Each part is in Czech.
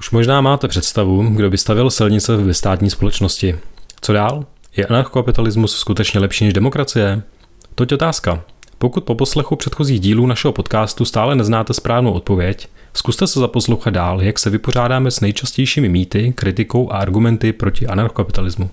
Už možná máte představu, kdo by stavěl silnice ve státní společnosti. Co dál? Je anarchokapitalismus skutečně lepší než demokracie? Toť otázka. Pokud po poslechu předchozích dílů našeho podcastu stále neznáte správnou odpověď, zkuste se zaposlouchat dál, jak se vypořádáme s nejčastějšími mýty, kritikou a argumenty proti anarchokapitalismu.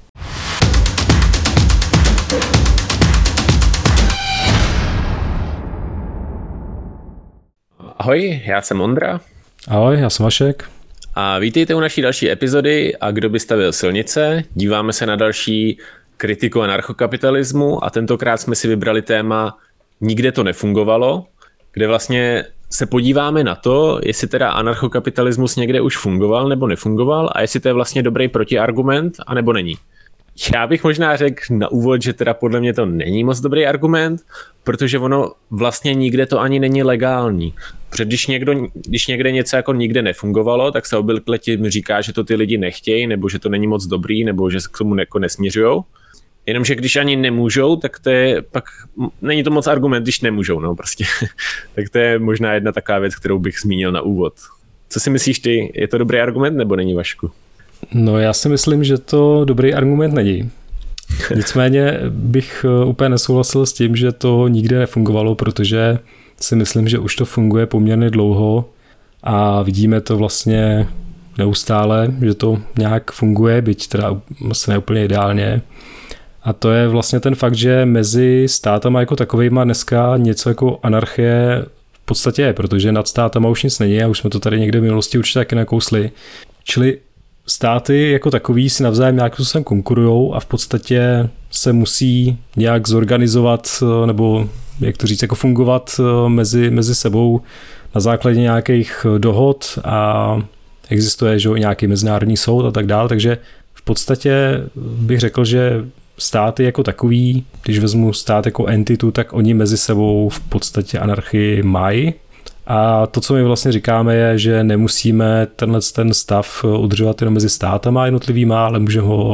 Ahoj, já jsem Ondra. Ahoj, já jsem Vašek. A vítejte u naší další epizody A kdo by stavěl silnice. Díváme se na další kritiku anarchokapitalismu a tentokrát jsme si vybrali téma Nikde to nefungovalo, kde vlastně se podíváme na to, jestli teda anarchokapitalismus někde už fungoval nebo nefungoval a jestli to je vlastně dobrý protiargument a nebo není. Já bych možná řekl na úvod, že teda podle mě to není moc dobrý argument, protože ono vlastně nikde to ani není legální. Protože když někde něco jako nikde nefungovalo, tak se obvykle tím říká, že to ty lidi nechtějí, nebo že to není moc dobrý, nebo že se k tomu jako nesměřujou. Jenomže když ani nemůžou, tak to je pak, není to moc argument, když nemůžou, no prostě. Tak to je možná jedna taková věc, kterou bych zmínil na úvod. Co si myslíš ty, je to dobrý argument, nebo není, Vašku? No já si myslím, že to dobrý argument není. Nicméně bych úplně nesouhlasil s tím, že to nikde nefungovalo, protože si myslím, že už to funguje poměrně dlouho a vidíme to vlastně neustále, že to nějak funguje, byť teda asi ne úplně ideálně. A to je vlastně ten fakt, že mezi státama jako takovejma dneska něco jako anarchie v podstatě je, protože nad státama už nic není a už jsme to tady někde v minulosti určitě taky nakousli. Čili státy jako takový si navzájem nějakým způsobem konkurujou a v podstatě se musí nějak zorganizovat nebo jak to říct, jako fungovat mezi sebou na základě nějakých dohod a existuje že, nějaký mezinárodní soud a tak dále, takže v podstatě bych řekl, že státy jako takový, když vezmu stát jako entitu, tak oni mezi sebou v podstatě anarchii mají. A to, co my vlastně říkáme, je, že nemusíme ten stav udržovat jenom mezi státama jednotlivýma, ale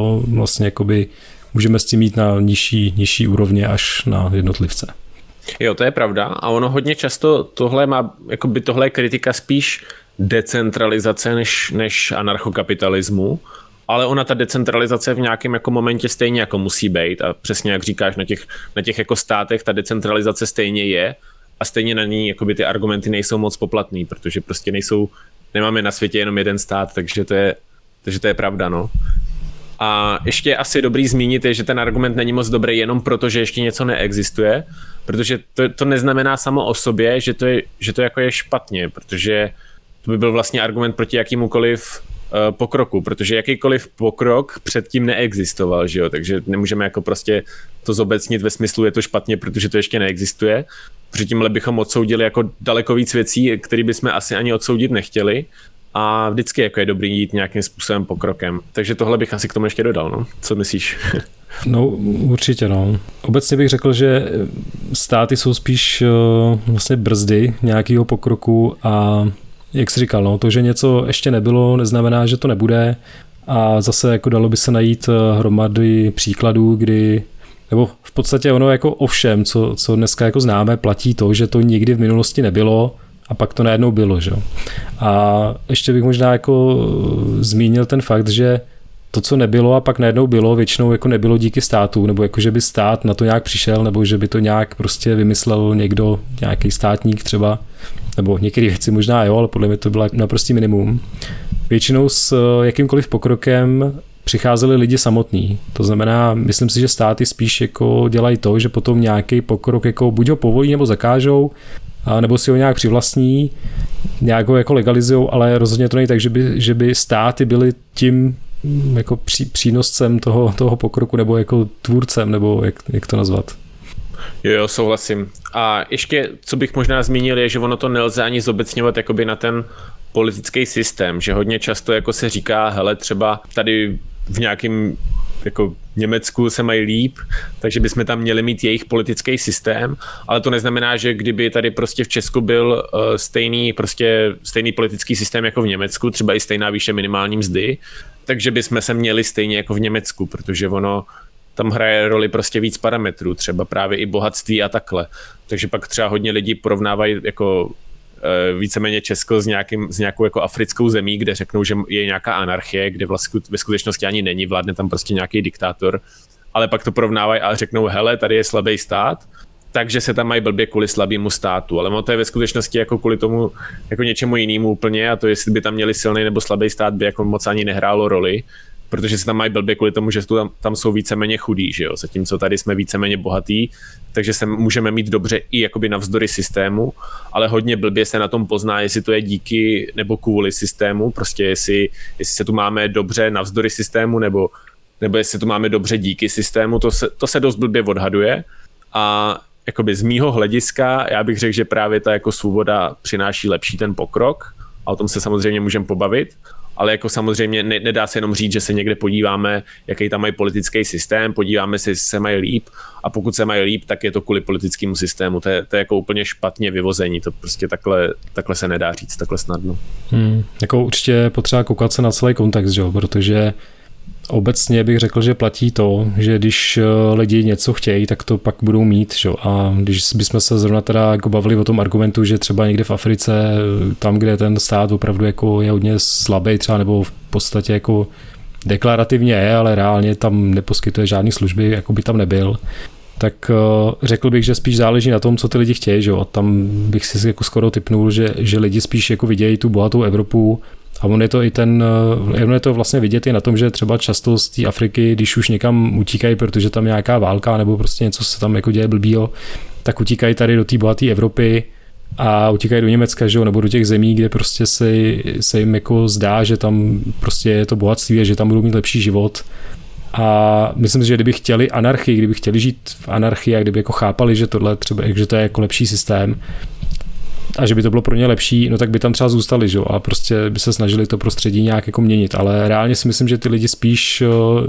můžeme s tím mít na nižší úrovně až na jednotlivce. Jo, to je pravda a ono hodně často tohle je kritika spíš decentralizace než anarchokapitalismu, ale ona ta decentralizace v nějakém jako momentě stejně jako musí být a přesně jak říkáš, na těch jako státech ta decentralizace stejně je a stejně na ní jakoby ty argumenty nejsou moc poplatný, protože prostě nemáme na světě jenom jeden stát, takže to je pravda, no. A ještě asi dobrý zmínit je, že ten argument není moc dobrý jenom proto, že ještě něco neexistuje, protože to neznamená samo o sobě, že to jako je špatně, protože to by byl vlastně argument proti jakýmukoliv pokroku, protože jakýkoliv pokrok předtím neexistoval, že jo, takže nemůžeme jako prostě to zobecnit ve smyslu je to špatně, protože to ještě neexistuje, protože tímhle bychom odsoudili jako daleko víc věcí, které bychom asi ani odsoudit nechtěli a vždycky jako je dobrý jít nějakým způsobem pokrokem, takže tohle bych asi k tomu ještě dodal, no, co myslíš? No určitě, no. Obecně bych řekl, že státy jsou spíš vlastně brzdy nějakého pokroku a jak jsi říkal, no, to, že něco ještě nebylo, neznamená, že to nebude a zase jako dalo by se najít hromady příkladů, nebo v podstatě ono jako o všem, co dneska jako známe, platí to, že to nikdy v minulosti nebylo a pak to najednou bylo, že? A ještě bych možná jako zmínil ten fakt, že to, co nebylo a pak najednou bylo, většinou jako nebylo díky státu, nebo jako, že by stát na to nějak přišel, nebo že by to nějak prostě vymyslel někdo, nějaký státník třeba, nebo některé věci možná jo, ale podle mě to bylo naprostý minimum. Většinou s jakýmkoliv pokrokem přicházeli lidi samotní. To znamená, myslím si, že státy spíš jako dělají to, že potom nějaký pokrok jako buď ho povolí nebo zakážou, nebo si ho nějak přivlastní, nějak ho jako legalizujou, ale rozhodně to není tak, že by státy byly tím jako přínoscem toho pokroku nebo jako tvůrcem, nebo jak to nazvat. Jo, souhlasím. A ještě, co bych možná zmínil, je, že ono to nelze ani zobecňovat jakoby na ten politický systém, že hodně často jako se říká, hele, třeba tady v nějakém jako Německu se mají líp, takže bychom tam měli mít jejich politický systém, ale to neznamená, že kdyby tady prostě v Česku byl stejný politický systém jako v Německu, třeba i stejná výše minimální mzdy, takže bychom se měli stejně jako v Německu, protože ono tam hraje roli prostě víc parametrů, třeba právě i bohatství a takhle. Takže pak třeba hodně lidí porovnávají jako víceméně Česko s nějakou jako africkou zemí, kde řeknou, že je nějaká anarchie, kde vlastně ve skutečnosti ani není, vládne tam prostě nějaký diktátor, ale pak to porovnávají a řeknou, hele, tady je slabý stát, takže se tam mají blbě kvůli slabému státu, ale to je ve skutečnosti jako kvůli tomu jako něčemu jinému úplně a to, jestli by tam měli silný nebo slabý stát, by jako moc ani nehrálo roli, protože se tam mají blbě kvůli tomu, že tam jsou víceméně chudí, že jo, zatímco tady jsme víceméně bohatý, takže se můžeme mít dobře i jakoby navzdory systému, ale hodně blbě se na tom pozná, jestli to je díky nebo kvůli systému, prostě jestli se tu máme dobře navzdory systému nebo jestli tu máme dobře díky systému, to se dost blbě odhaduje a jakoby z mýho hlediska, já bych řekl, že právě ta jako svoboda přináší lepší ten pokrok a o tom se samozřejmě můžeme pobavit, ale jako samozřejmě nedá se jenom říct, že se někde podíváme, jaký tam mají politický systém, podíváme se, jestli se mají líp a pokud se mají líp, tak je to kvůli politickému systému. To je jako úplně špatně vyvození, to prostě takhle se nedá říct, takhle snadno. Jako určitě potřeba koukat se na celý kontext, jo, protože obecně bych řekl, že platí to, že když lidi něco chtějí, tak to pak budou mít. Že? A když bychom se zrovna teda jako bavili o tom argumentu, že třeba někde v Africe, tam, kde ten stát opravdu jako je hodně slabý třeba, nebo v podstatě jako deklarativně je, ale reálně tam neposkytuje žádný služby, jako by tam nebyl, tak řekl bych, že spíš záleží na tom, co ty lidi chtějí. Že? A tam bych si jako skoro tipnul, že lidi spíš jako vidějí tu bohatou Evropu. A on je to vlastně vidět i na tom, že třeba často z té Afriky, když už někam utíkají, protože tam je nějaká válka nebo prostě něco se tam jako děje blbýho, tak utíkají tady do té bohaté Evropy a utíkají do Německa, že jo, nebo do těch zemí, kde prostě se jim jako zdá, že tam prostě je to bohatství a že tam budou mít lepší život. A myslím si, že kdyby chtěli anarchii, kdyby chtěli žít v anarchii a kdyby jako chápali, že tohle třeba, že to je jako lepší systém, a že by to bylo pro ně lepší, no tak by tam třeba zůstali, že? A prostě by se snažili to prostředí nějak jako měnit, ale reálně si myslím, že ty lidi spíš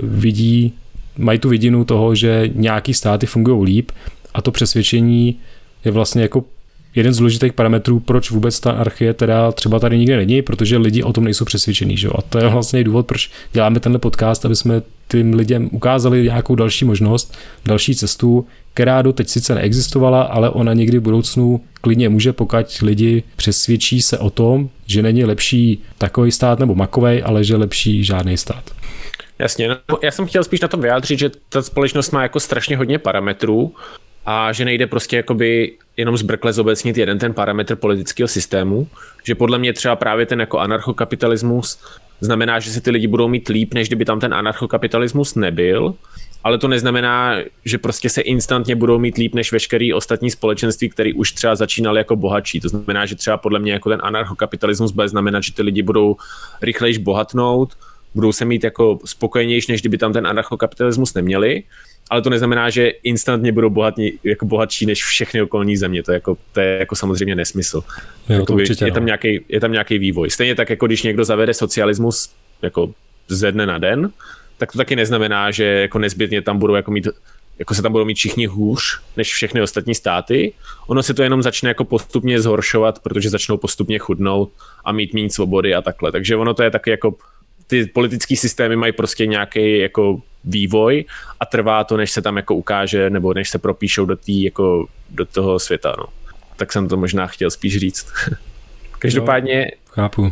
mají tu vidinu toho, že nějaký státy fungují líp a to přesvědčení je vlastně jako jeden z důležitých parametrů, proč vůbec ta anarchie teda třeba tady nikde není, protože lidi o tom nejsou přesvědčení, že? A to je vlastně důvod, proč děláme tenhle podcast, aby jsme tím lidem ukázali nějakou další možnost, další cestu, která doteď sice neexistovala, ale ona někdy v budoucnu klidně může, pokud lidi přesvědčí se o tom, že není lepší takový stát nebo makovej, ale že lepší žádný stát. Jasně, no, já jsem chtěl spíš na tom vyjádřit, že ta společnost má jako strašně hodně parametrů a že nejde prostě jakoby jenom zbrkle zobecnit jeden ten parametr politického systému, že podle mě třeba právě ten jako anarchokapitalismus znamená, že se ty lidi budou mít líp, než kdyby tam ten anarchokapitalismus nebyl, ale to neznamená, že prostě se instantně budou mít líp než veškerý ostatní společenství, který už třeba začínaly jako bohatší. To znamená, že třeba podle mě jako ten anarchokapitalismus bude znamenat, že ty lidi budou rychlejš bohatnout, budou se mít jako spokojenější, než kdyby tam ten anarchokapitalismus neměli, ale to neznamená, že instantně budou bohatší než všechny okolní země. To je jako samozřejmě nesmysl. Jo, to určitě, je tam nějaký vývoj. Stejně tak, jako když někdo zavede socialismus jako ze dne na den, tak to taky neznamená, že jako nezbytně tam budou se tam budou mít všichni hůř než všechny ostatní státy. Ono se to jenom začne jako postupně zhoršovat, protože začnou postupně chudnout a mít méně svobody a takhle. Takže ono to je taky jako ty politické systémy mají prostě nějaký jako vývoj a trvá to, než se tam jako ukáže nebo než se propíšou do toho světa. No. Tak jsem to možná chtěl spíš říct. Každopádně... Chápu.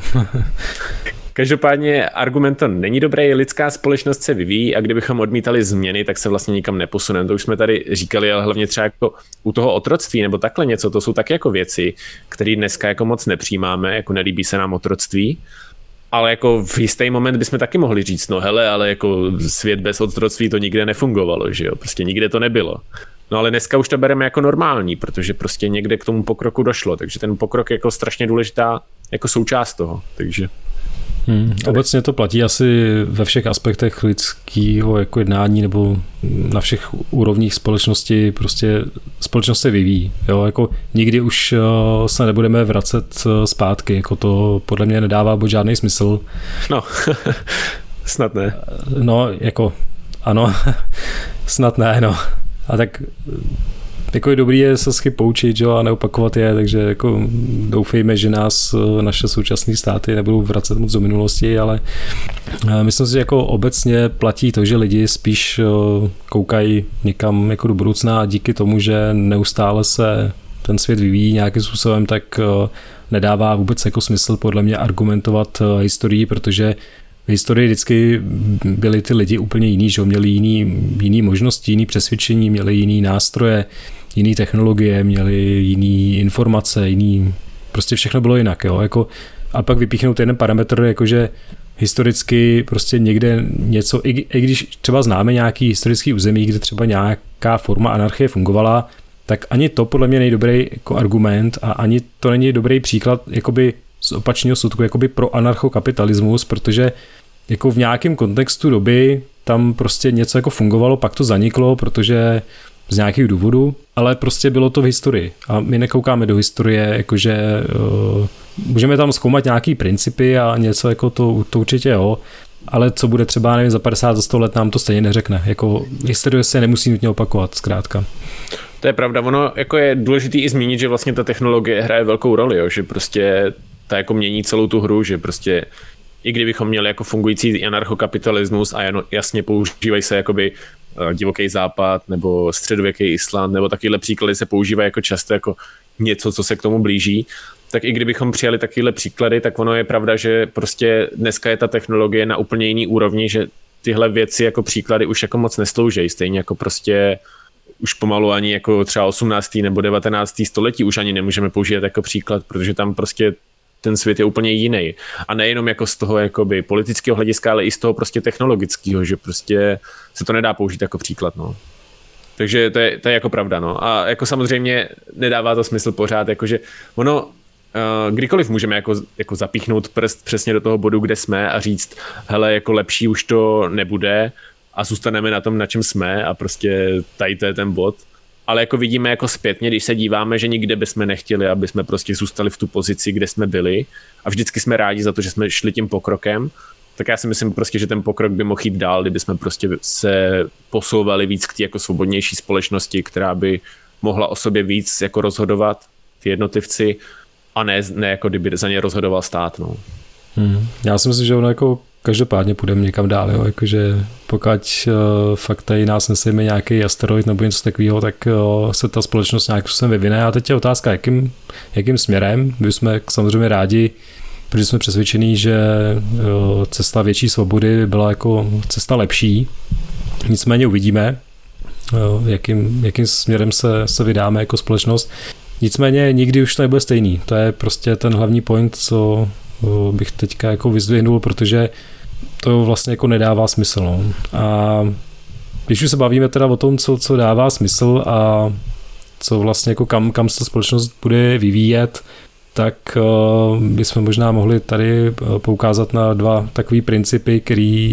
Každopádně argument to není dobrý, lidská společnost se vyvíjí a kdybychom odmítali změny, tak se vlastně nikam neposuneme. To už jsme tady říkali, ale hlavně třeba jako u toho otroctví nebo takhle něco, to jsou taky jako věci, které dneska jako moc nepřijímáme, jako nelíbí se nám otroctví, ale jako v jistý moment bychom taky mohli říct, no hele, ale jako svět bez otroctví to nikde nefungovalo, že jo, prostě nikde to nebylo. No ale dneska už to bereme jako normální, protože prostě někde k tomu pokroku došlo, takže ten pokrok je jako strašně důležitá jako součást toho, takže... Obecně to platí asi ve všech aspektech lidského jako jednání nebo na všech úrovních společnosti, prostě společnost se vyvíjí, jo, jako nikdy už se nebudeme vracet zpátky, jako to podle mě nedává buď žádný smysl. No, snad ne. No, jako ano, snad ne, no. A tak jako je dobrý je se z chyb poučit, jo, a neopakovat je, takže jako doufejme, že nás naše současné státy nebudou vracet moc do minulosti, ale myslím si, že jako obecně platí to, že lidi spíš koukají někam jako do budoucna a díky tomu, že neustále se ten svět vyvíjí nějakým způsobem, tak nedává vůbec jako smysl podle mě argumentovat historií, protože v historii vždycky byli ty lidi úplně jiný, že měli jiný možnosti, jiný přesvědčení, měli jiný nástroje, jiný technologie, měli jiný informace, prostě všechno bylo jinak, jo, jako, a pak vypíchnout jeden parametr, jakože historicky prostě někde něco, i když třeba známe nějaký historický území, kde třeba nějaká forma anarchie fungovala, tak ani to podle mě není dobrý jako argument a ani to není dobrý příklad jakoby z opačného soudku jakoby pro anarchokapitalismus, protože jako v nějakém kontextu doby tam prostě něco jako fungovalo, pak to zaniklo, protože z nějakých důvodů, ale prostě bylo to v historii a my nekoukáme do historie, jakože můžeme tam zkoumat nějaký principy a něco jako to určitě jo, ale co bude třeba, nevím, za 50, za 100 let nám to stejně neřekne, jako historie se nemusí nutně opakovat, zkrátka. To je pravda, ono jako je důležitý i zmínit, že vlastně ta technologie hraje velkou roli, jo? Že prostě ta jako mění celou tu hru, že prostě i kdybychom měli jako fungující anarchokapitalismus a jasně používají se jakoby divoký západ nebo středověký Island nebo takovýhle příklady se používají jako často jako něco, co se k tomu blíží, tak i kdybychom přijali takovýhle příklady, tak ono je pravda, že prostě dneska je ta technologie na úplně jiný úrovni, že tyhle věci jako příklady už jako moc neslouží, stejně jako prostě už pomalu ani jako třeba 18. nebo 19. století už ani nemůžeme použít jako příklad, protože tam prostě ten svět je úplně jiný. A nejenom jako z toho jakoby politického hlediska, ale i z toho prostě technologického, že prostě se to nedá použít jako příklad, no. Takže to je jako pravda, no. A jako samozřejmě nedává to smysl pořád, jakože ono kdykoliv můžeme jako zapíchnout prst přesně do toho bodu, kde jsme a říct, hele, jako lepší už to nebude a zůstaneme na tom, na čem jsme a prostě tady to je ten bod. Ale jako vidíme jako zpětně, když se díváme, že nikde bychom nechtěli, aby jsme prostě zůstali v tu pozici, kde jsme byli a vždycky jsme rádi za to, že jsme šli tím pokrokem, tak já si myslím prostě, že ten pokrok by mohl jít dál, kdyby jsme prostě se posouvali víc k té jako svobodnější společnosti, která by mohla o sobě víc jako rozhodovat ty jednotlivci a ne jako kdyby za ně rozhodoval stát, no. Já si myslím, že ono jako každopádně půjdeme někam dál, jo, jakože pokud fakt tady nás nesejme nějaký asteroid nebo něco takového, tak se ta společnost nějak způsobem vyvine a teď je otázka, jakým směrem. My jsme samozřejmě rádi, protože jsme přesvědčení, že cesta větší svobody by byla jako cesta lepší, nicméně uvidíme, jakým směrem se vydáme jako společnost. Nicméně nikdy už to nebude stejný. To je prostě ten hlavní point, co bych teďka jako vyzdvihnul, protože to vlastně jako nedává smysl. No. A když už se bavíme teda o tom, co dává smysl a co vlastně jako kam se ta společnost bude vyvíjet, tak bychom možná mohli tady poukázat na dva takový principy,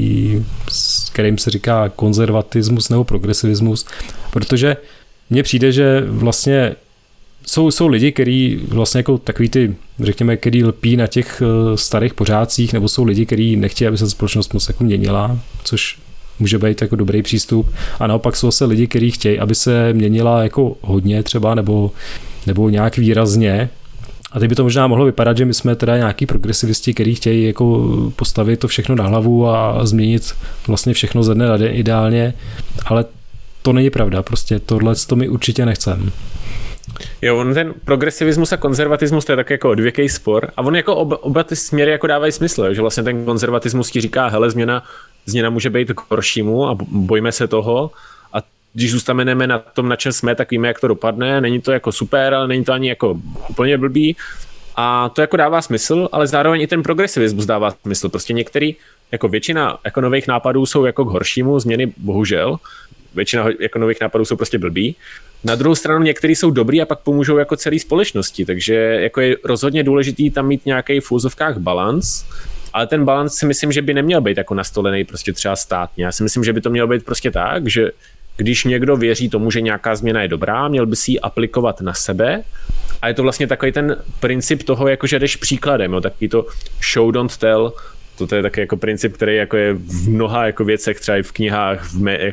kterým se říká konzervatismus nebo progresivismus, protože mně přijde, že vlastně jsou lidi, kteří vlastně jako takový ty, řekněme, který lpí na těch starých pořádcích, nebo jsou lidi, kteří nechtějí, aby se společnost moc jako měnila, což může být jako dobrý přístup. A naopak jsou se lidi, kteří chtějí, aby se měnila jako hodně třeba, nebo nějak výrazně. A teď by to možná mohlo vypadat, že my jsme teda nějaký progresivisti, kteří chtějí jako postavit to všechno na hlavu a změnit vlastně všechno ze dne na den ideálně, ale to není pravda, prostě tohle to my určitě nechceme. Jo, on ten progresivismus a konzervatismus, to je tak jako odvěký spor a on jako oba ty směry jako dávají smysl, jo? Že vlastně ten konzervatismus ti říká, hele, změna může být k horšímu a bojíme se toho a když zůstaneme na tom, na čem jsme, tak víme, jak to dopadne, není to jako super, ale není to ani jako úplně blbý a to jako dává smysl, ale zároveň i ten progresivismus dává smysl, prostě některý, jako většina jako nových nápadů jsou jako k horšímu, změny bohužel, většina jako nových nápadů jsou prostě blbý. Na druhou stranu některý jsou dobrý a pak pomůžou jako celé společnosti, takže jako je rozhodně důležitý tam mít nějaký v úzovkách balans, ale ten balans si myslím, že by neměl být jako nastolený prostě třeba státně. Já si myslím, že by to mělo být prostě tak, že když někdo věří tomu, že nějaká změna je dobrá, měl by si ji aplikovat na sebe a je to vlastně takový ten princip toho, jako že jdeš příkladem, jo, takový to show don't tell. To je taky jako princip, který jako je v mnoha jako věcech, třeba i v knihách,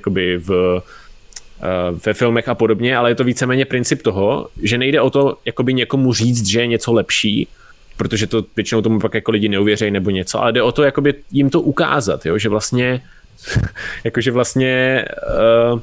ve filmech a podobně, ale je to víceméně princip toho, že nejde o to jakoby někomu říct, že je něco lepší, protože to většinou tomu pak jako lidi neuvěřejí nebo něco, ale jde o to jakoby jim to ukázat, jo? Že vlastně jakože vlastně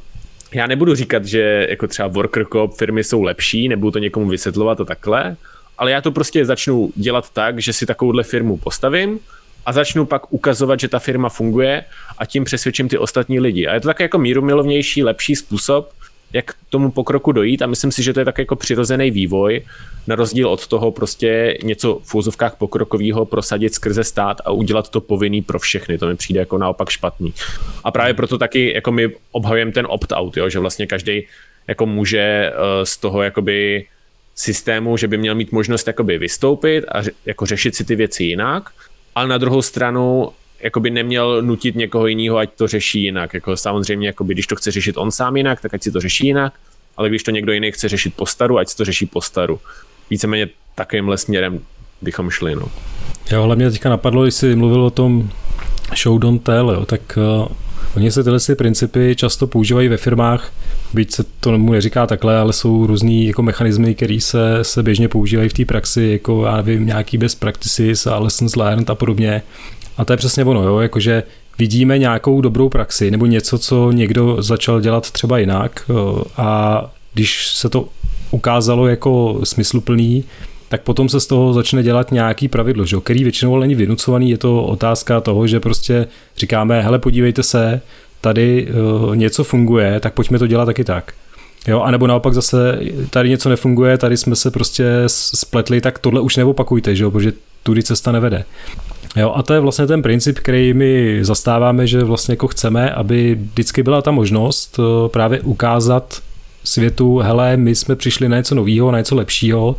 já nebudu říkat, že jako třeba worker co-op firmy jsou lepší, nebudu to někomu vysvětlovat a takhle, ale já to prostě začnu dělat tak, že si takovouhle firmu postavím a začnu pak ukazovat, že ta firma funguje a tím přesvědčím ty ostatní lidi. A je to tak jako mírumilovnější, lepší způsob, jak tomu pokroku dojít a myslím si, že to je tak jako přirozený vývoj, na rozdíl od toho prostě něco v úzovkách pokrokového prosadit skrze stát a udělat to povinný pro všechny. To mi přijde jako naopak špatný. A právě proto taky jako my obhajujeme ten opt-out, jo? Že vlastně každý jako může z toho jakoby systému, že by měl mít možnost jakoby vystoupit a jako řešit si ty věci jinak, ale na druhou stranu jakoby neměl nutit někoho jiného, ať to řeší jinak. Jako samozřejmě, jakoby, když to chce řešit on sám jinak, tak ať si to řeší jinak, ale když to někdo jiný chce řešit po staru, ať si to řeší po staru. Víceméně takovýmhle směrem bychom šli. No. Jo, hlavně teďka napadlo, když jsi mluvil o tom show don't tell, jo, tak oni se tyhle principy často používají ve firmách, byť se to mu neříká takhle, ale jsou různý jako mechanismy, které se běžně používají v té praxi, jako já nevím, nějaký best practices a lessons learned a podobně. A to je přesně ono, jo, jakože vidíme nějakou dobrou praxi nebo něco, co někdo začal dělat třeba jinak a když se to ukázalo jako smysluplný, tak potom se z toho začne dělat nějaký pravidlo, že? Který většinou není vynucovaný, je to otázka toho, že prostě říkáme, hele, podívejte se, tady něco funguje, tak pojďme to dělat taky tak. Jo, anebo naopak zase tady něco nefunguje, tady jsme se prostě spletli, tak tohle už neopakujte, že? Protože tudy cesta nevede. Jo, a to je vlastně ten princip, který my zastáváme, že vlastně jako chceme, aby vždycky byla ta možnost právě ukázat světu, hele, my jsme přišli na něco nového, na něco lepšího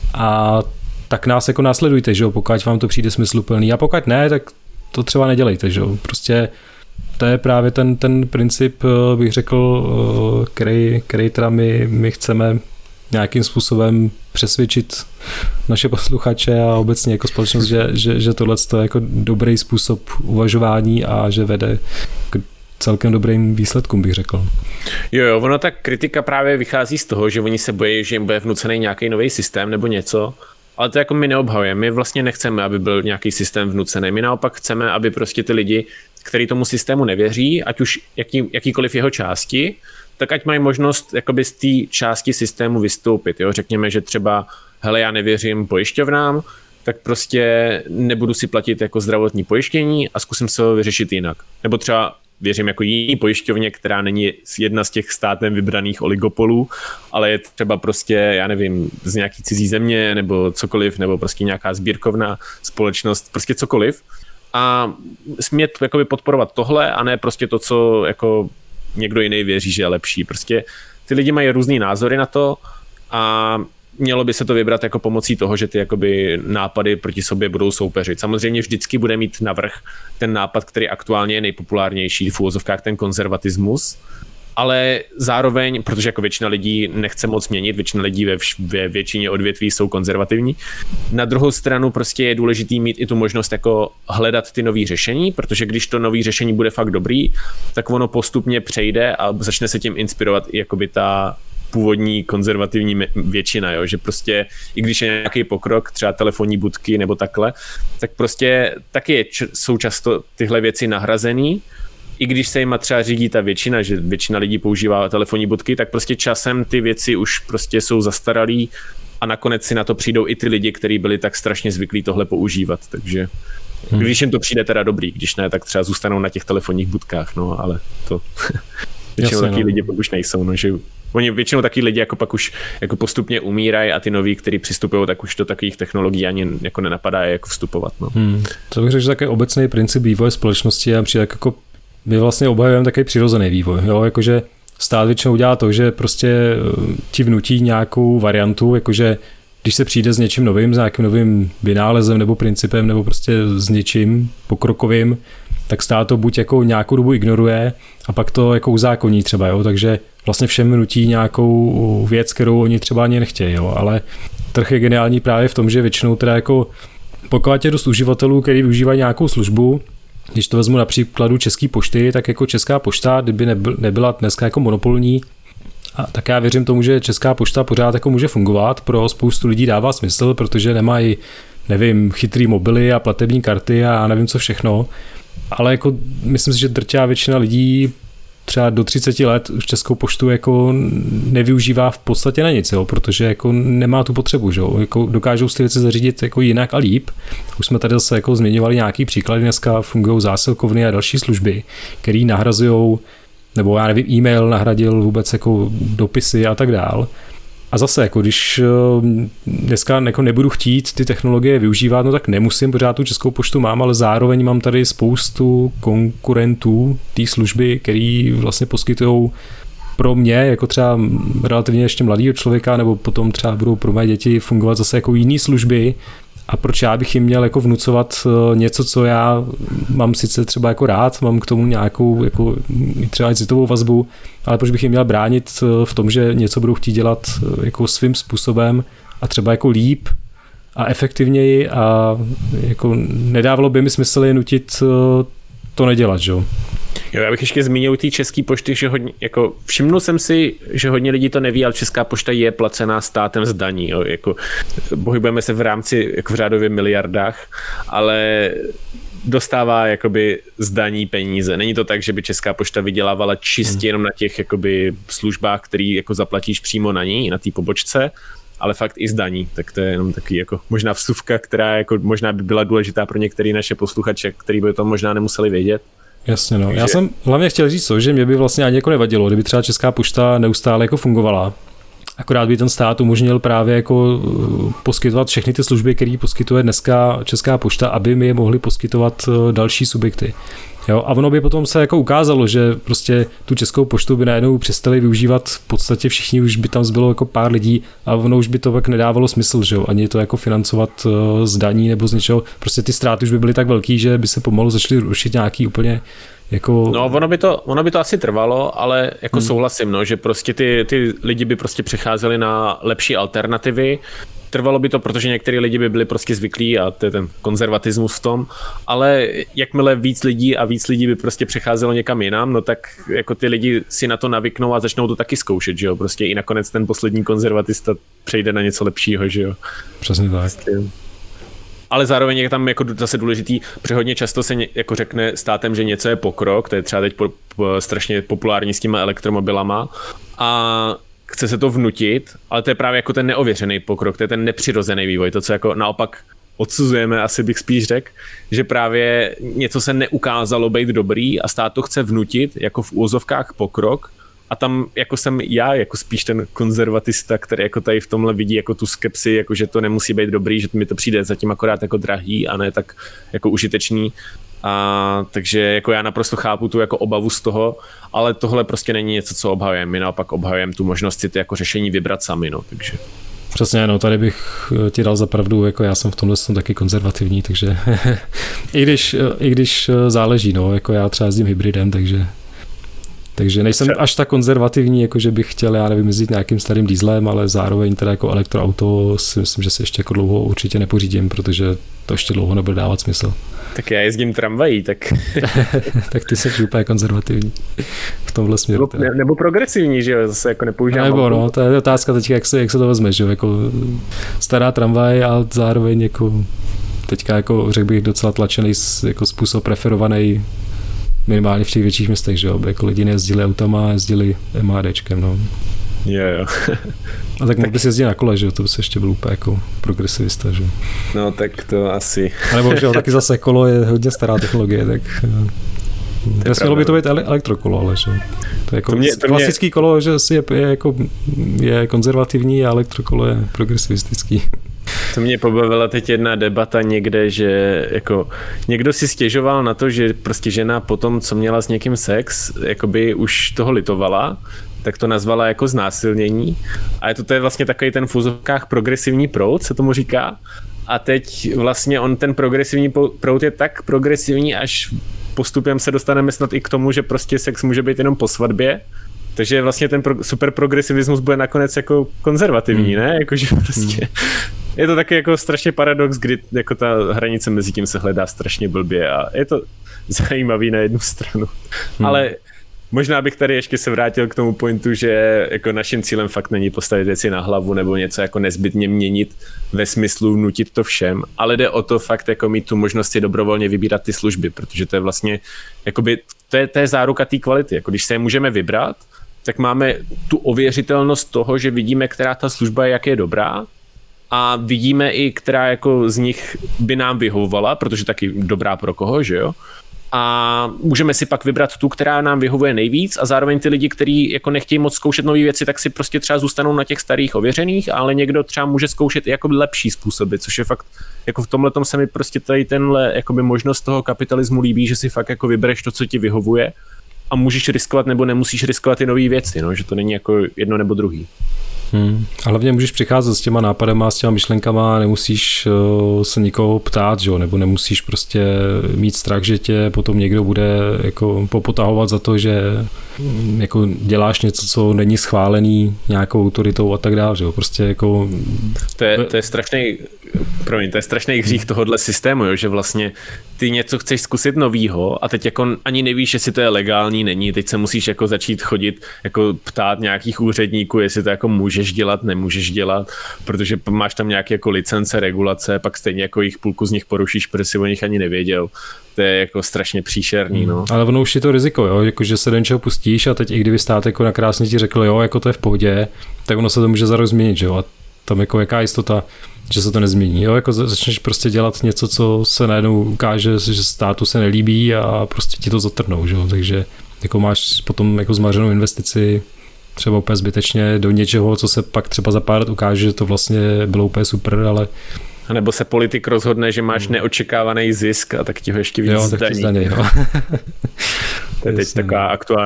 a tak nás jako následujte, že jo, pokud vám to přijde smysluplný a pokud ne, tak to třeba nedělejte, že jo, prostě to je právě ten princip, bych řekl, který teda my chceme nějakým způsobem přesvědčit naše posluchače a obecně jako společnost, že tohle je jako dobrý způsob uvažování a že vede k celkem dobrým výsledkům, bych řekl. Jo, ono ta kritika právě vychází z toho, že oni se bojí, že jim bude vnucený nějaký nový systém nebo něco, ale to jako my neobhajujeme. My vlastně nechceme, aby byl nějaký systém vnucený. My naopak chceme, aby prostě ty lidi, kteří tomu systému nevěří, ať už jakýkoliv jeho části, tak ať mají možnost jakoby z té části systému vystoupit. Jo? Řekněme, že třeba, hele, já nevěřím pojišťovnám, tak prostě nebudu si platit jako zdravotní pojištění a zkusím se ho vyřešit jinak. Nebo třeba věřím jako jiný pojišťovně, která není jedna z těch státem vybraných oligopolů, ale je třeba prostě, já nevím, z nějaký cizí země nebo cokoliv, nebo prostě nějaká sbírkovná společnost, prostě cokoliv. A smět jakoby podporovat tohle a ne prostě to, co jako někdo jiný věří, že je lepší. Prostě ty lidi mají různý názory na to a mělo by se to vybrat jako pomocí toho, že ty jakoby nápady proti sobě budou soupeřit. Samozřejmě vždycky bude mít navrch ten nápad, který aktuálně je nejpopulárnější v úvozovkách, ten konzervatismus, ale zároveň, protože jako většina lidí nechce moc měnit, většina lidí ve většině odvětví jsou konzervativní. Na druhou stranu prostě je důležitý mít i tu možnost jako hledat ty nový řešení, protože když to nový řešení bude fakt dobrý, tak ono postupně přejde a začne se tím inspirovat i jakoby ta původní konzervativní většina, jo? Že prostě i když je nějaký pokrok, třeba telefonní budky nebo takhle, tak prostě taky jsou často tyhle věci nahrazený. I když se jima třeba řídí ta většina, že většina lidí používá telefonní budky, tak prostě časem ty věci už prostě jsou zastaralý a nakonec si na to přijdou i ty lidi, kteří byli tak strašně zvyklí tohle používat, takže když jim to přijde teda dobrý, když ne, tak třeba zůstanou na těch telefonních budkách, no, ale to většinou taky lidi pak už nejsou, no, že oni většinou taky lidi jako pak už jako postupně umírají a ty noví, kteří přistupují, tak už do takových technologií ani jako nenapadá jako vstupovat, no. To bych řekl, že takový obecný princip vývoje společnosti a přijde jako my vlastně obhajujeme takový přirozený vývoj, jo, jakože stát většinou dělá to, že prostě ti vnutí nějakou variantu, jakože když se přijde s něčím novým, s nějakým novým vynálezem nebo principem nebo prostě s něčím pokrokovým, tak stát to buď jako nějakou dobu ignoruje a pak to jako uzákoní třeba, jo, takže vlastně všem nutí nějakou věc, kterou oni třeba ani nechtějí, jo, ale trh je geniální právě v tom, že většinou teda jako pokud je dost uživatelů, který využívají nějakou službu. Když to vezmu na příkladu České pošty, tak jako Česká pošta, kdyby nebyla dneska jako monopolní, tak já věřím tomu, že Česká pošta pořád jako může fungovat, pro spoustu lidí dává smysl, protože nemají, nevím, chytrý mobily a platební karty a nevím co všechno, ale jako myslím si, že drtivá většina lidí třeba do 30 let už Českou poštu jako nevyužívá v podstatě na nic, jo, protože jako nemá tu potřebu, že jo, jako dokážou si ty věci zařídit jako jinak a líp. Už jsme tady zase jako zmiňovali nějaký příklady, dneska fungují zásilkovny a další služby, které nahrazujou, nebo já nevím, e-mail nahradil vůbec jako dopisy a tak dál. A zase, jako když dneska jako nebudu chtít ty technologie využívat, no tak nemusím, pořád tu Českou poštu mám, ale zároveň mám tady spoustu konkurentů té služby, který vlastně poskytují pro mě, jako třeba relativně ještě mladýho člověka, nebo potom třeba budou pro mé děti fungovat zase jako jiné služby. A proč já bych jim měl jako vnucovat něco, co já mám sice třeba jako rád, mám k tomu nějakou jako třeba citovou vazbu, ale proč bych jim měl bránit v tom, že něco budou chtít dělat jako svým způsobem a třeba jako líp a efektivněji a jako nedávalo by mi smysl je nutit to nedělat, že jo? Jo, já bych ještě zmínil té České pošty, že hodně, jako všimnul jsem si, že hodně lidí to neví, ale Česká pošta je placená státem z daní, jo, jako pohybujeme se v rámci jako v řádově miliardách, ale dostává jakoby z daní peníze. Není to tak, že by Česká pošta vydělávala čistě jenom na těch jakoby službách, který jako zaplatíš přímo na ní, na té pobočce, ale fakt i z daní, tak to je jenom taky jako možná vsuvka, která jako možná by byla důležitá pro některé naše posluchače, který by to možná nemuseli vědět. Jasně, no. Já jsem hlavně chtěl říct to, že mě by vlastně ani jako nevadilo, kdyby třeba Česká pošta neustále jako fungovala. Akorát by ten stát umožnil právě jako poskytovat všechny ty služby, které poskytuje dneska Česká pošta, aby mi je mohly poskytovat další subjekty. Jo, a ono by potom se jako ukázalo, že prostě tu Českou poštu by najednou přestali využívat v podstatě všichni, už by tam zbylo jako pár lidí a ono už by to tak nedávalo smysl, že jo, ani to jako financovat z daní nebo z něčeho, prostě ty ztráty už by byly tak velký, že by se pomalu začaly rušit nějaký úplně jako... No ono by to asi trvalo, ale jako souhlasím, no, že prostě ty lidi by prostě přecházeli na lepší alternativy. Trvalo by to, protože některý lidi by byli prostě zvyklí a to je ten konzervatismus v tom, ale jakmile víc lidí by prostě přecházelo někam jinam, no tak jako ty lidi si na to navyknou a začnou to taky zkoušet, že jo, prostě i nakonec ten poslední konzervatista přejde na něco lepšího, že jo. Přesně tak. Prostě. Ale zároveň je tam jako zase důležitý, protože hodně často se jako řekne státem, že něco je pokrok, to je třeba teď strašně populární s těma elektromobilama a chce se to vnutit, ale to je právě jako ten neověřený pokrok, to je ten nepřirozený vývoj, to, co jako naopak odsuzujeme, asi bych spíš řekl, že právě něco se neukázalo být dobrý a stát to chce vnutit jako v úvozovkách pokrok a tam jako jsem já, jako spíš ten konzervatista, který jako tady v tomhle vidí jako tu skepsi, jako že to nemusí být dobrý, že mi to přijde zatím akorát jako drahý a ne tak jako užitečný. A takže jako já naprosto chápu tu jako obavu z toho, ale tohle prostě není něco, co obhajujeme. My naopak obhajujeme tu možnost si ty jako řešení vybrat sami, no, takže. Přesně, no, tady bych ti dal za pravdu, jako já jsem v tomhle jsem taky konzervativní, takže i když záleží, no, jako já třeba jezdím hybridem, takže nejsem až tak konzervativní, jako že bych chtěl, já nevím, jezdit nějakým starým dieselem, ale zároveň teda jako elektroauto si myslím, že si ještě jako dlouho určitě nepořídím, protože to ještě dlouho nebude dávat smysl. Tak já jezdím tramvají, tak... Tak ty jsi úplně konzervativní v tomhle směru. Nebo progresivní, že jo, zase jako nepoužívám. Nebo no, to je otázka teď, jak se to vezme, že jo, jako stará tramvaj a zároveň jako teďka jako řekl bych docela tlačený jako způsob preferovaný minimálně v těch větších městech, že jo, jako lidi nejezdili autama, jezdili MHDčkem, no. Jo. A tak mohl bys jezdit na kole, že jo, to by se ještě byl úplně jako progresivista, že jo. No tak to asi. A nebo že jo, taky zase kolo je hodně stará technologie, tak nesmělo by to být elektrokolo, ale že to je jako klasický kolo, že je konzervativní a elektrokolo je progresivistický. To mě pobavila teď jedna debata někde, že jako někdo si stěžoval na to, že prostě žena potom, co měla s někým sex, jakoby už toho litovala, tak to nazvala jako znásilnění. A to je vlastně takový ten v úzovkách progresivní proud, se tomu říká. A teď vlastně ten progresivní proud je tak progresivní, až postupem se dostaneme snad i k tomu, že prostě sex může být jenom po svatbě. Takže vlastně ten super progresivismus bude nakonec jako konzervativní, ne? Jakože prostě... Je to taky jako strašně paradox, kdy jako ta hranice mezi tím se hledá strašně blbě a je to zajímavý na jednu stranu. Ale Možná bych tady ještě se vrátil k tomu pointu, že jako naším cílem fakt není postavit věci na hlavu nebo něco jako nezbytně měnit ve smyslu vnutit to všem, ale jde o to fakt jako mít tu možnost si dobrovolně vybírat ty služby, protože to je vlastně jakoby, to je záruka té kvality. Jako když se je můžeme vybrat, tak máme tu ověřitelnost toho, že vidíme, která ta služba je, jak je dobrá, a vidíme i, která jako z nich by nám vyhovovala, protože taky dobrá pro koho, že jo? A můžeme si pak vybrat tu, která nám vyhovuje nejvíc, a zároveň ty lidi, kteří jako nechtějí moc zkoušet nové věci, tak si prostě třeba zůstanou na těch starých ověřených, ale někdo třeba může zkoušet i jako lepší způsoby, což je fakt, jako v tomhletom se mi prostě tady tenhle jakoby možnost toho kapitalismu líbí, že si fakt jako vybereš to, co ti vyhovuje, a můžeš riskovat nebo nemusíš riskovat i nové věci, no? Že to není jako jedno nebo druhý. A hlavně můžeš přicházet s těma nápadama, s těma myšlenkama, nemusíš se nikoho ptát, že? Nebo nemusíš prostě mít strach, že tě potom někdo bude jako popotahovat za to, že jako děláš něco, co není schválený nějakou autoritou a tak dále, že? Prostě jako... To je strašný hřích tohohle systému, jo? Že vlastně ty něco chceš zkusit novýho a teď jako ani nevíš, jestli to je legální, není, teď se musíš jako začít chodit, jako ptát nějakých úředníků, jestli to jako můžeš dělat, nemůžeš dělat, protože máš tam nějaké jako licence, regulace, pak stejně jako jich půlku z nich porušíš, protože si o nich ani nevěděl. To je jako strašně příšerný, no. Ale ono už je to riziko, jo, jako že se do něčeho pustíš a teď i kdyby stát jako nakrásně ti řekl, jo, jako to je v pohodě, tak ono se to může za rok změnit, že jo, a tam jako jaká jistota, že se to nezmění, jo, jako začneš prostě dělat něco, co se najednou ukáže, že státu se nelíbí a prostě ti to zatrhnou, že jo, takže jako máš potom jako zmařenou investici třeba úplně zbytečně do něčeho, co se pak třeba za pár let ukáže, že to vlastně bylo úplně super, ale... A nebo se politik rozhodne, že máš neočekávaný zisk a tak ti ho ještě víc zdaní. Jo. To je teď taková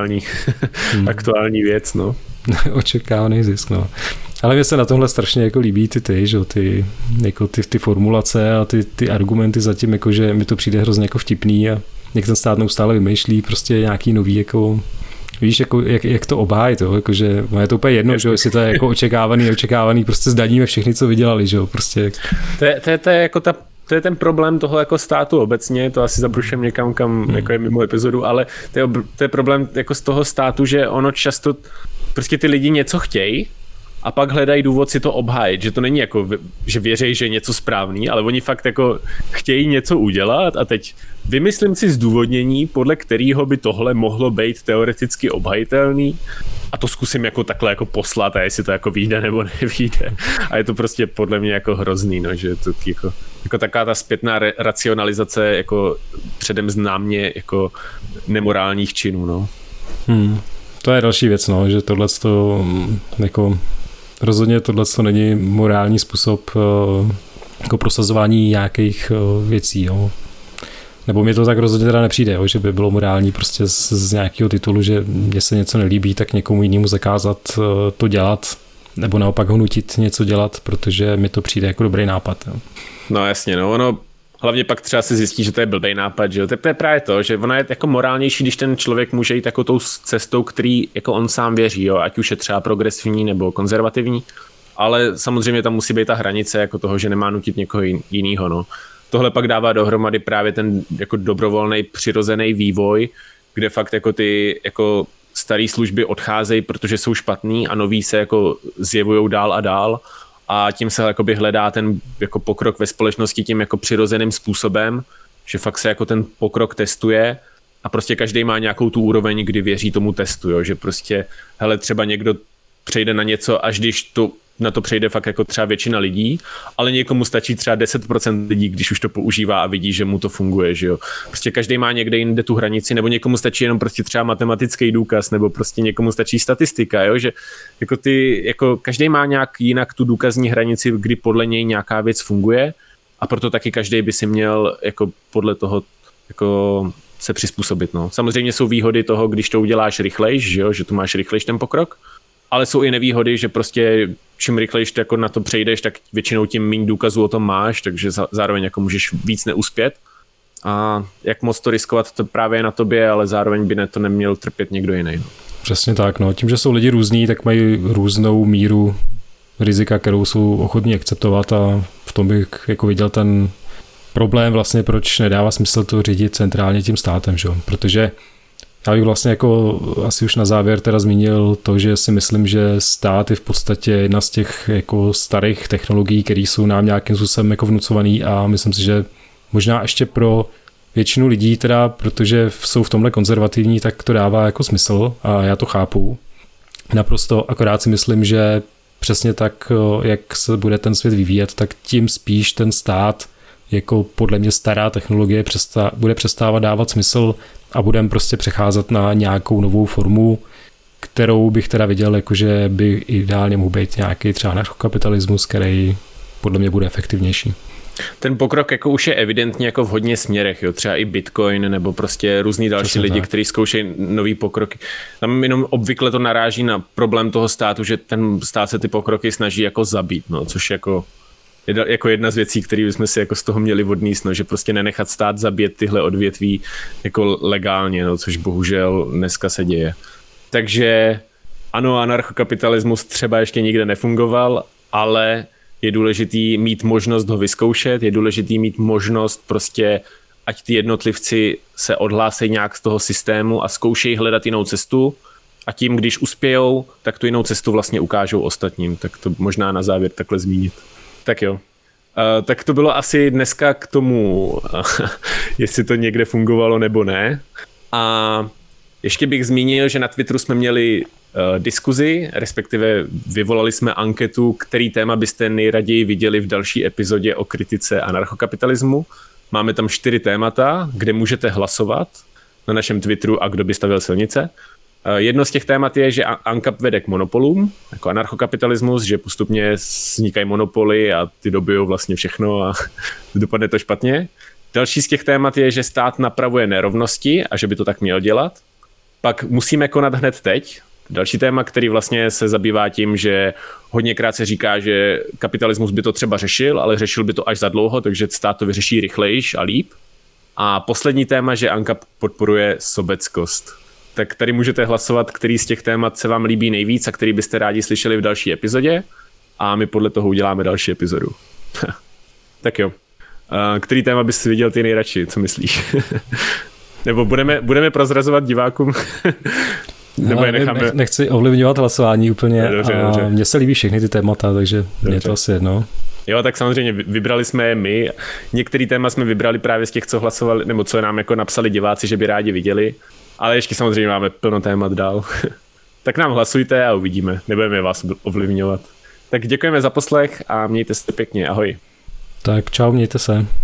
aktuální věc, no. Očekávaný zisk, no. Ale mně se na tomhle strašně jako líbí ty formulace a ty argumenty zatím, jako že mi to přijde hrozně jako vtipný a jak ten stát neustále vymýšlí prostě nějaký nový jako víš, jako, jak to obhájit, jo? Jakože je to úplně jedno, že jestli to je jako očekávaný, prostě zdaníme všechny, co vydělali, že jo, prostě. To je ten problém toho jako státu obecně, to asi zabruším někam, kam jako je mimo epizodu, ale to je problém jako z toho státu, že ono často prostě ty lidi něco chtějí a pak hledají důvod si to obhájit, že to není jako, že věří, že je něco správný, ale oni fakt jako chtějí něco udělat a teď vymyslím si zdůvodnění, podle kterého by tohle mohlo být teoreticky obhajitelný a to zkusím jako takhle jako poslat a jestli to jako vyjde nebo nevyjde. A je to prostě podle mě jako hrozný, no, že to jako taková ta zpětná racionalizace jako předem známě jako nemorálních činů, no. To je další věc, no, že tohleto jako rozhodně tohleto není morální způsob jako prosazování nějakých věcí, jo. Nebo mě to tak rozhodně teda nepřijde, jo, že by bylo morální prostě z nějakého titulu, že mně se něco nelíbí, tak někomu jinému zakázat to dělat, nebo naopak ho nutit něco dělat, protože mi to přijde jako dobrý nápad. Jo. No jasně, no ono hlavně pak třeba se zjistí, že to je blbej nápad, že jo. To je právě to, že ono je jako morálnější, když ten člověk může jít jako tou cestou, který jako on sám věří, jo, ať už je třeba progresivní nebo konzervativní, ale samozřejmě tam musí být ta hranice jako toho, že nemá nutit někoho jinýho, no. Tohle pak dává dohromady právě ten jako dobrovolný přirozený vývoj, kde fakt jako ty jako staré služby odcházejí, protože jsou špatný a noví se jako zjevujou dál a dál a tím se jakoby hledá ten jako pokrok ve společnosti tím jako přirozeným způsobem, že fakt se jako ten pokrok testuje a prostě každý má nějakou tu úroveň, kdy věří tomu testu, jo? Že prostě hele, třeba někdo přejde na něco, až když na to přejde fakt jako třeba většina lidí, ale někomu stačí třeba 10% lidí, když už to používá a vidí, že mu to funguje, že jo. Prostě každý má někde jinde tu hranici, nebo někomu stačí jenom prostě třeba matematický důkaz, nebo prostě někomu stačí statistika, jo, že jako každý má nějak jinak tu důkazní hranici, kdy podle něj nějaká věc funguje a proto taky každý by si měl jako podle toho jako se přizpůsobit, no. Samozřejmě jsou výhody toho, když to uděláš rychlejš, že jo, že tu máš rychlejš ten pokrok, ale jsou i nevýhody, že prostě čím rychlejš jako na to přejdeš, tak většinou tím méně důkazů o tom máš, takže zároveň jako můžeš víc neuspět. A jak moc to riskovat, to právě je na tobě, ale zároveň by to neměl trpět někdo jiný. No. Přesně tak, no. Tím, že jsou lidi různí, tak mají různou míru rizika, kterou jsou ochotní akceptovat a v tom bych jako viděl ten problém vlastně, proč nedává smysl to řídit centrálně tím státem, že? Protože Já bych vlastně jako asi už na závěr teda zmínil to, že si myslím, že stát je v podstatě jedna z těch jako starých technologií, které jsou nám nějakým způsobem jako vnucovaný a myslím si, že možná ještě pro většinu lidí teda, protože jsou v tomhle konzervativní, tak to dává jako smysl a já to chápu. Naprosto akorát si myslím, že přesně tak, jak se bude ten svět vyvíjet, tak tím spíš ten stát jako podle mě stará technologie bude přestávat dávat smysl a budeme prostě přecházet na nějakou novou formu, kterou bych teda viděl, jakože by ideálně mohl být nějaký třeba anarchokapitalismus, který podle mě bude efektivnější. Ten pokrok jako už je evidentně jako v hodně směrech, jo? Třeba i Bitcoin nebo prostě různý další přesně lidi, kteří zkoušejí nový pokroky. Tam jenom obvykle to naráží na problém toho státu, že ten stát se ty pokroky snaží jako zabít, no, což jako jedna z věcí, které bychom si jako z toho měli odníst, no, že prostě nenechat stát zabít tyhle odvětví jako legálně, no, což bohužel dneska se děje. Takže ano, anarchokapitalismus třeba ještě nikde nefungoval, ale je důležitý mít možnost ho vyzkoušet, je důležitý mít možnost prostě, ať ty jednotlivci se odhlásí nějak z toho systému a zkoušejí hledat jinou cestu a tím, když uspějou, tak tu jinou cestu vlastně ukážou ostatním. Tak to možná na závěr takhle zmínit. Tak jo. Tak to bylo asi dneska k tomu, jestli to někde fungovalo nebo ne. A ještě bych zmínil, že na Twitteru jsme měli diskuzi, respektive vyvolali jsme anketu, který téma byste nejraději viděli v další epizodě o kritice anarchokapitalismu. Máme tam 4 témata, kde můžete hlasovat na našem Twitteru a kdo by stavěl silnice. Jedno z těch témat je, že ANCAP vede k monopolům, jako anarchokapitalismus, že postupně vznikají monopoly a ty dobijou vlastně všechno a dopadne to špatně. Další z těch témat je, že stát napravuje nerovnosti a že by to tak měl dělat. Pak musíme konat hned teď. Další téma, který vlastně se zabývá tím, že hodněkrát se říká, že kapitalismus by to třeba řešil, ale řešil by to až za dlouho, takže stát to vyřeší rychlejš a líp. A poslední téma, že ANCAP podporuje sobeckost. Tak tady můžete hlasovat, který z těch témat se vám líbí nejvíc a který byste rádi slyšeli v další epizodě a my podle toho uděláme další epizodu. Tak jo. Který téma bys viděl ty nejradši, co myslíš? Nebo budeme prozrazovat divákům? Nebo je necháme... Nechci ovlivňovat hlasování úplně. Dobře. Mně se líbí všechny ty témata, takže mě je to asi jedno. Jo, tak samozřejmě vybrali jsme je my. Některý téma jsme vybrali právě z těch, co hlasovali, nebo co nám jako napsali diváci, že by rádi viděli. Ale ještě samozřejmě máme plno témat dál. Tak nám hlasujte a uvidíme. Nebudeme vás ovlivňovat. Tak děkujeme za poslech a mějte se pěkně. Ahoj. Tak čau, mějte se.